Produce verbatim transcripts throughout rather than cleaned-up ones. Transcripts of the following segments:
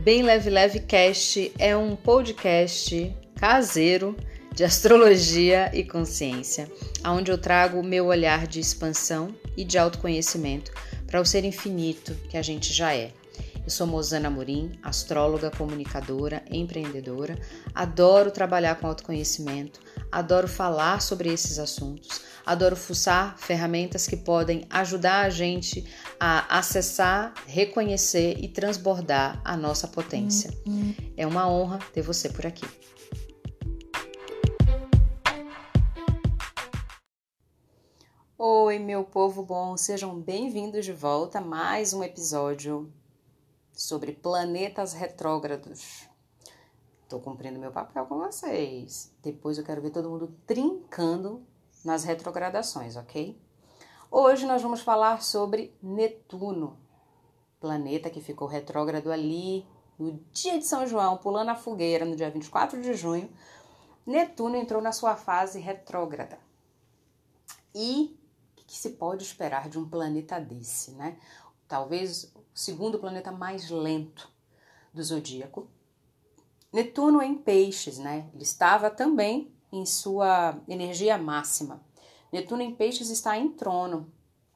Bem Leve Leve Cast é um podcast caseiro de astrologia e consciência, onde eu trago o meu olhar de expansão e de autoconhecimento para o ser infinito que a gente já é. Eu sou Mozana Amorim, astróloga, comunicadora, empreendedora, adoro trabalhar com autoconhecimento, adoro falar sobre esses assuntos, adoro fuçar ferramentas que podem ajudar a gente a acessar, reconhecer e transbordar a nossa potência. É uma honra ter você por aqui. Oi, meu povo bom, sejam bem-vindos de volta a mais um episódio sobre planetas retrógrados. Estou cumprindo meu papel com vocês. Depois eu quero ver todo mundo trincando nas retrogradações, ok? Hoje nós vamos falar sobre Netuno, planeta que ficou retrógrado ali no dia de São João, pulando a fogueira, no dia vinte e quatro de junho. Netuno entrou na sua fase retrógrada. E o que se pode esperar de um planeta desse, né? Talvez o segundo planeta mais lento do zodíaco. Netuno em Peixes, né? Ele estava também em sua energia máxima. Netuno em Peixes está em trono.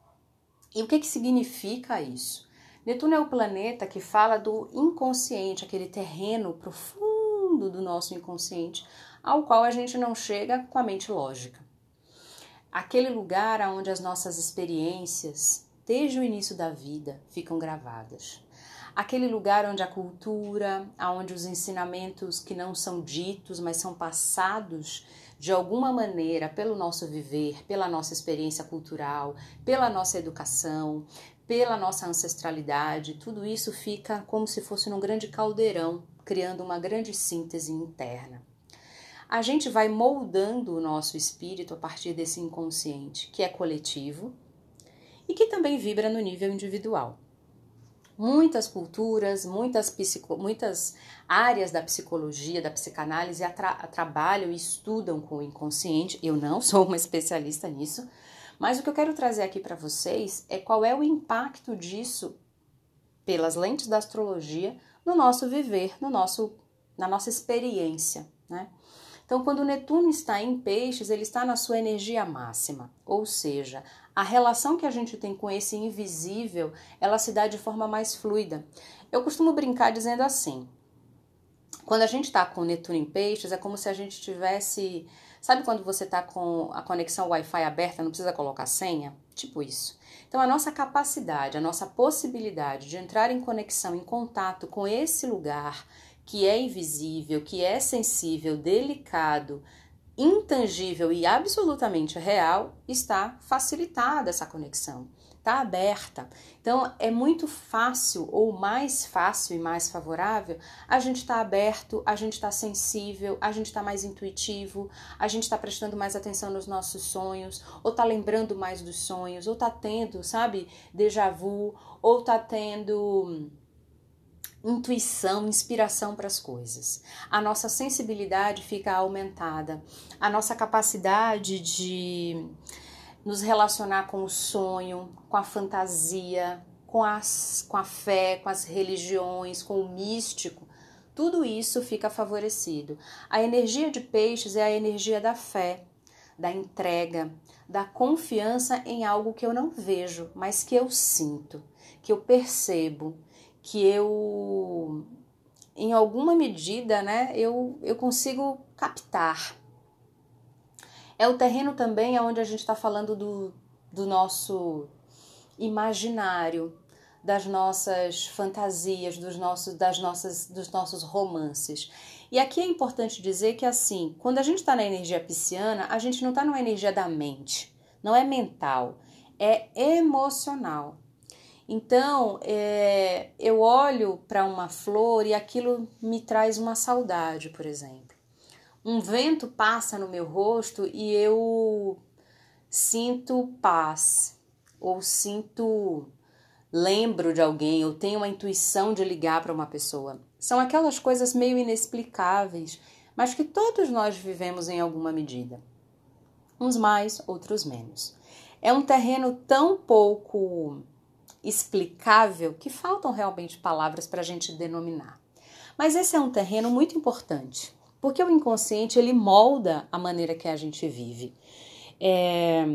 E o que que significa isso? Netuno é o planeta que fala do inconsciente, aquele terreno profundo do nosso inconsciente, ao qual a gente não chega com a mente lógica. Aquele lugar onde as nossas experiências, desde o início da vida, ficam gravadas. Aquele lugar onde a cultura, onde os ensinamentos que não são ditos, mas são passados de alguma maneira pelo nosso viver, pela nossa experiência cultural, pela nossa educação, pela nossa ancestralidade, tudo isso fica como se fosse num grande caldeirão, criando uma grande síntese interna. A gente vai moldando o nosso espírito a partir desse inconsciente, que é coletivo e que também vibra no nível individual. Muitas culturas, muitas, psico, muitas áreas da psicologia, da psicanálise atra, trabalham e estudam com o inconsciente. Eu não sou uma especialista nisso, mas o que eu quero trazer aqui para vocês é qual é o impacto disso, pelas lentes da astrologia, no nosso viver, no nosso, na nossa experiência, né? Então, quando o Netuno está em Peixes, ele está na sua energia máxima, ou seja, a relação que a gente tem com esse invisível, ela se dá de forma mais fluida. Eu costumo brincar dizendo assim, quando a gente está com o Netuno em Peixes, é como se a gente tivesse... Sabe quando você está com a conexão Wi-Fi aberta, não precisa colocar senha? Tipo isso. Então, a nossa capacidade, a nossa possibilidade de entrar em conexão, em contato com esse lugar que é invisível, que é sensível, delicado, intangível e absolutamente real, está facilitada essa conexão, está aberta. Então, é muito fácil, ou mais fácil e mais favorável, a gente está aberto, a gente está sensível, a gente está mais intuitivo, a gente está prestando mais atenção nos nossos sonhos, ou está lembrando mais dos sonhos, ou está tendo, sabe, déjà vu, ou está tendo intuição, inspiração para as coisas. A nossa sensibilidade fica aumentada, a nossa capacidade de nos relacionar com o sonho, com a fantasia, com, as, com a fé, com as religiões, com o místico, tudo isso fica favorecido. A energia de Peixes é a energia da fé, da entrega, da confiança em algo que eu não vejo, mas que eu sinto, que eu percebo, que eu, em alguma medida, né, eu, eu consigo captar. É o terreno também onde a gente está falando do, do nosso imaginário, das nossas fantasias, dos nossos, das nossas, dos nossos romances. E aqui é importante dizer que, assim, quando a gente está na energia pisciana, a gente não está numa energia da mente, não é mental, é emocional. Então, é, eu olho para uma flor e aquilo me traz uma saudade, por exemplo. Um vento passa no meu rosto e eu sinto paz, ou sinto, lembro de alguém, eu tenho uma intuição de ligar para uma pessoa. São aquelas coisas meio inexplicáveis, mas que todos nós vivemos em alguma medida. Uns mais, outros menos. É um terreno tão pouco explicável que faltam realmente palavras para a gente denominar. Mas esse é um terreno muito importante, porque o inconsciente ele molda a maneira que a gente vive. É,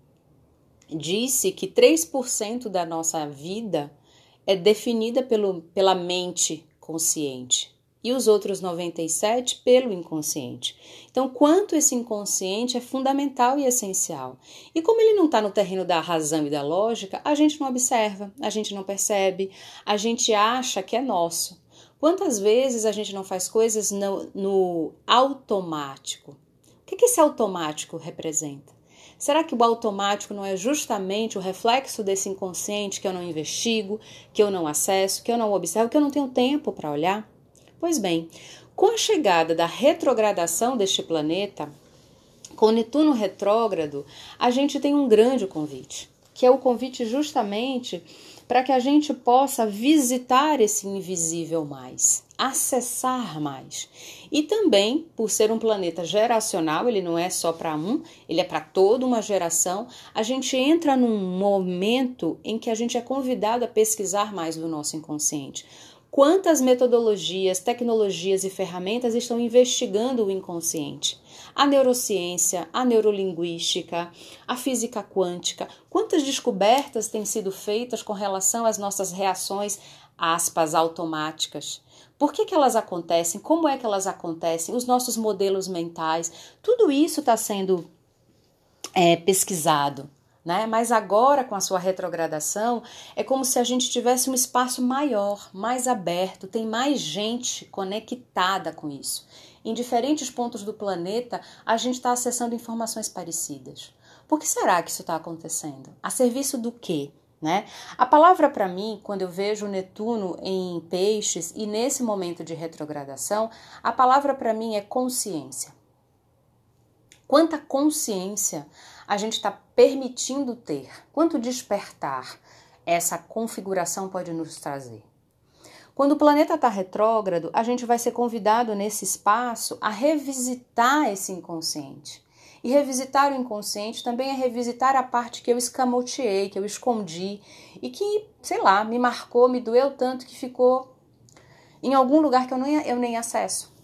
disse que três por cento da nossa vida é definida pelo, pela mente consciente e os outros noventa e sete por cento pelo inconsciente. Então, quanto esse inconsciente é fundamental e essencial. E como ele não está no terreno da razão e da lógica, a gente não observa, a gente não percebe, a gente acha que é nosso. Quantas vezes a gente não faz coisas no, no automático? O que, que esse automático representa? Será que o automático não é justamente o reflexo desse inconsciente que eu não investigo, que eu não acesso, que eu não observo, que eu não tenho tempo para olhar? Pois bem, com a chegada da retrogradação deste planeta, com Netuno retrógrado, a gente tem um grande convite, que é o convite justamente para que a gente possa visitar esse invisível mais, acessar mais. E também, por ser um planeta geracional, ele não é só para um, ele é para toda uma geração, a gente entra num momento em que a gente é convidado a pesquisar mais do nosso inconsciente. Quantas metodologias, tecnologias e ferramentas estão investigando o inconsciente? A neurociência, a neurolinguística, a física quântica. Quantas descobertas têm sido feitas com relação às nossas reações, aspas, automáticas? Por que que elas acontecem? Como é que elas acontecem? Os nossos modelos mentais. Tudo isso está sendo é, pesquisado. Né? Mas agora, com a sua retrogradação, é como se a gente tivesse um espaço maior, mais aberto, tem mais gente conectada com isso. Em diferentes pontos do planeta, a gente está acessando informações parecidas. Por que será que isso está acontecendo? A serviço do quê? Né? A palavra para mim, quando eu vejo Netuno em peixes e nesse momento de retrogradação, a palavra para mim é consciência. Quanta consciência a gente está permitindo ter, quanto despertar essa configuração pode nos trazer. Quando o planeta está retrógrado, a gente vai ser convidado nesse espaço a revisitar esse inconsciente. E revisitar o inconsciente também é revisitar a parte que eu escamoteei, que eu escondi e que, sei lá, me marcou, me doeu tanto que ficou em algum lugar que eu nem, eu nem acesso,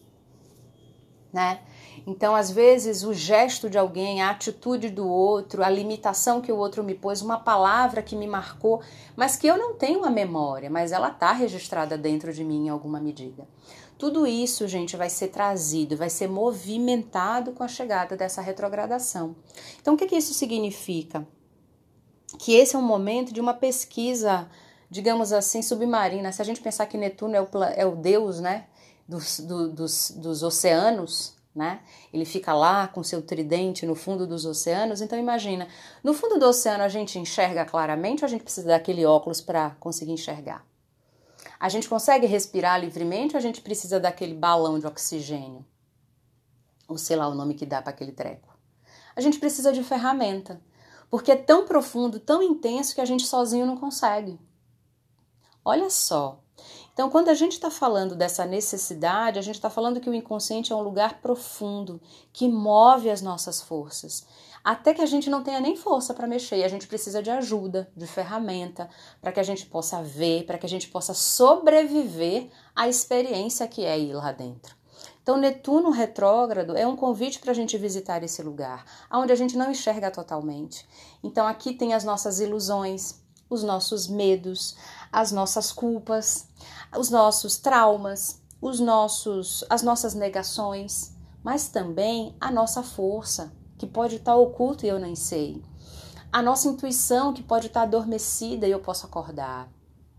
né? Então, às vezes, o gesto de alguém, a atitude do outro, a limitação que o outro me pôs, uma palavra que me marcou, mas que eu não tenho a memória, mas ela está registrada dentro de mim em alguma medida. Tudo isso, gente, vai ser trazido, vai ser movimentado com a chegada dessa retrogradação. Então, o que que isso significa? Que esse é um momento de uma pesquisa, digamos assim, submarina. Se a gente pensar que Netuno é o, é o deus, né, dos, do, dos, dos oceanos, né? Ele fica lá com seu tridente no fundo dos oceanos. Então imagina, no fundo do oceano a gente enxerga claramente ou a gente precisa daquele óculos para conseguir enxergar? A gente consegue respirar livremente ou a gente precisa daquele balão de oxigênio? Ou sei lá o nome que dá para aquele treco. A gente precisa de ferramenta, porque é tão profundo, tão intenso que a gente sozinho não consegue. Olha só. Então, quando a gente está falando dessa necessidade, a gente está falando que o inconsciente é um lugar profundo, que move as nossas forças. Até que a gente não tenha nem força para mexer, e a gente precisa de ajuda, de ferramenta, para que a gente possa ver, para que a gente possa sobreviver à experiência que é ir lá dentro. Então, Netuno retrógrado é um convite para a gente visitar esse lugar, onde a gente não enxerga totalmente. Então, aqui tem as nossas ilusões, os nossos medos, as nossas culpas, os nossos traumas, os nossos, as nossas negações, mas também a nossa força, que pode estar oculta e eu nem sei. A nossa intuição, que pode estar adormecida e eu posso acordar.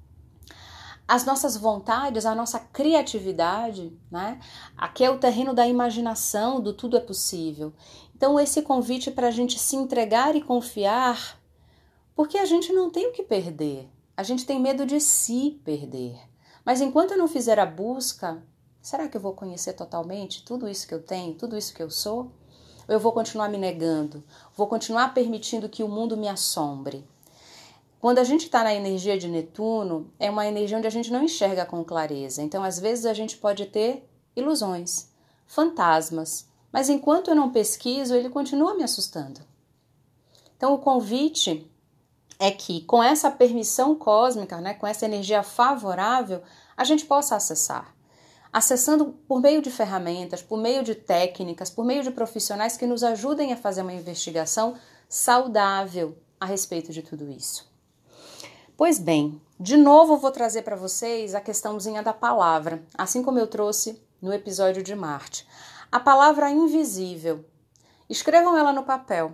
As nossas vontades, a nossa criatividade, né? Aqui é o terreno da imaginação, do tudo é possível. Então, esse convite para a gente se entregar e confiar, porque a gente não tem o que perder. A gente tem medo de se perder. Mas enquanto eu não fizer a busca, será que eu vou conhecer totalmente tudo isso que eu tenho, tudo isso que eu sou? Ou eu vou continuar me negando? Vou continuar permitindo que o mundo me assombre? Quando a gente está na energia de Netuno, é uma energia onde a gente não enxerga com clareza. Então, às vezes, a gente pode ter ilusões, fantasmas. Mas enquanto eu não pesquiso, ele continua me assustando. Então, o convite é que com essa permissão cósmica, né, com essa energia favorável, a gente possa acessar. acessando por meio de ferramentas, por meio de técnicas, por meio de profissionais que nos ajudem a fazer uma investigação saudável a respeito de tudo isso. Pois bem, de novo eu vou trazer para vocês a questãozinha da palavra, assim como eu trouxe no episódio de Marte. A palavra invisível. Escrevam ela no papel.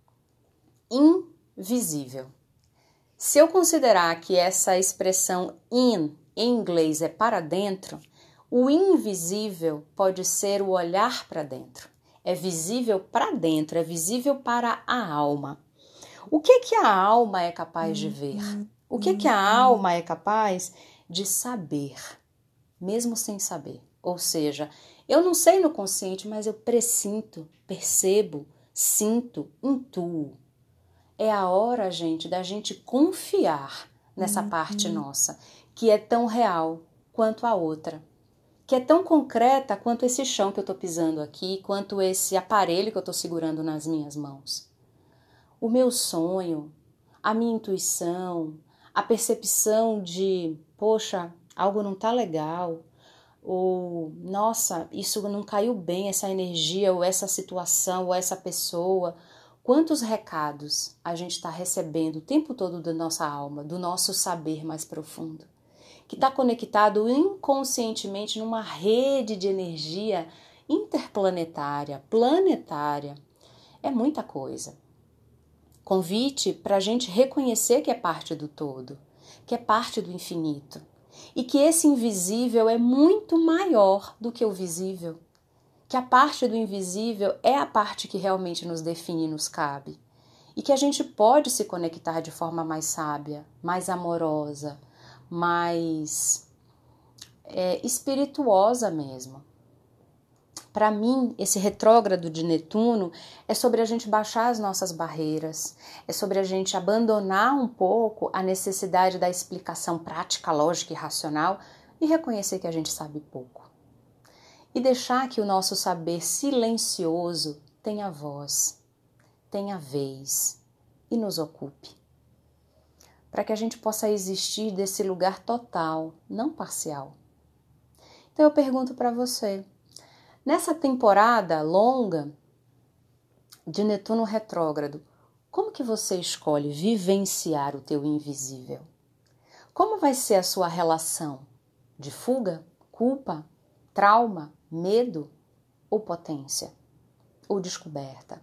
Invisível. Se eu considerar que essa expressão in, em inglês, é para dentro, o invisível pode ser o olhar para dentro. É visível para dentro, é visível para a alma. O que que a alma é capaz de ver? O que que a alma é capaz de saber, mesmo sem saber? Ou seja, eu não sei no consciente, mas eu pressinto, percebo, sinto, intuo. É a hora, gente, da gente confiar nessa parte nossa, que é tão real quanto a outra, que é tão concreta quanto esse chão que eu estou pisando aqui, quanto esse aparelho que eu estou segurando nas minhas mãos. O meu sonho, a minha intuição, a percepção de, poxa, algo não tá legal, ou, nossa, isso não caiu bem, essa energia, ou essa situação, ou essa pessoa. Quantos recados a gente está recebendo o tempo todo da nossa alma, do nosso saber mais profundo, que está conectado inconscientemente numa rede de energia interplanetária, planetária. É muita coisa. Convite para a gente reconhecer que é parte do todo, que é parte do infinito, e que esse invisível é muito maior do que o visível, que a parte do invisível é a parte que realmente nos define e nos cabe, e que a gente pode se conectar de forma mais sábia, mais amorosa, mais é, espirituosa mesmo. Para mim, esse retrógrado de Netuno é sobre a gente baixar as nossas barreiras, é sobre a gente abandonar um pouco a necessidade da explicação prática, lógica e racional e reconhecer que a gente sabe pouco. E deixar que o nosso saber silencioso tenha voz, tenha vez e nos ocupe. Para que a gente possa existir desse lugar total, não parcial. Então eu pergunto para você, nessa temporada longa de Netuno retrógrado, como que você escolhe vivenciar o teu invisível? Como vai ser a sua relação? De fuga, culpa, trauma, medo ou potência? Ou descoberta?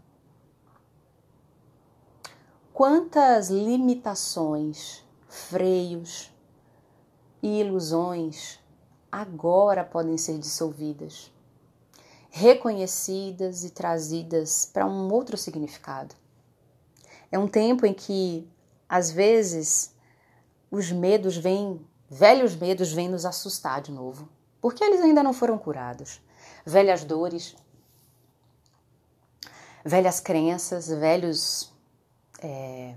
Quantas limitações, freios e ilusões agora podem ser dissolvidas, reconhecidas e trazidas para um outro significado? É um tempo em que, às vezes, os medos vêm, velhos medos vêm nos assustar de novo, porque eles ainda não foram curados. Velhas dores, velhas crenças, velhos é,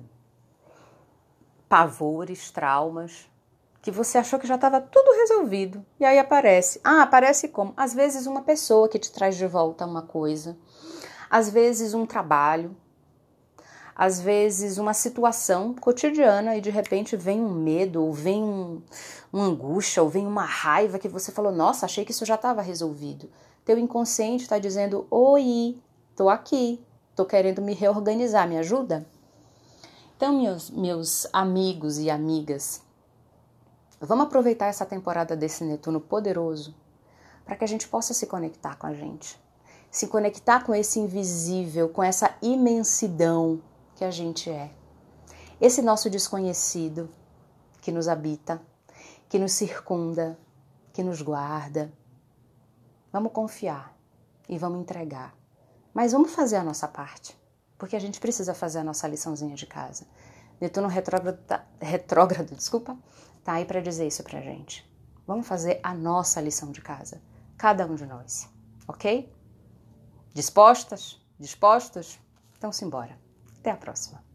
pavores, traumas, que você achou que já estava tudo resolvido. E aí aparece. Ah, aparece como? Às vezes uma pessoa que te traz de volta uma coisa. Às vezes um trabalho. Às vezes uma situação cotidiana e de repente vem um medo, ou vem um, uma angústia, ou vem uma raiva que você falou, nossa, achei que isso já estava resolvido. Teu inconsciente está dizendo, oi, tô aqui, tô querendo me reorganizar, me ajuda? Então, meus, meus amigos e amigas, vamos aproveitar essa temporada desse Netuno poderoso para que a gente possa se conectar com a gente. Se conectar com esse invisível, com essa imensidão que a gente é. Esse nosso desconhecido que nos habita, que nos circunda, que nos guarda. Vamos confiar e vamos entregar. Mas vamos fazer a nossa parte, porque a gente precisa fazer a nossa liçãozinha de casa. Netuno retrógrado, tá, retrógrado desculpa, tá aí para dizer isso pra gente. Vamos fazer a nossa lição de casa, cada um de nós, ok? Dispostas? Dispostos? Então simbora. Até a próxima.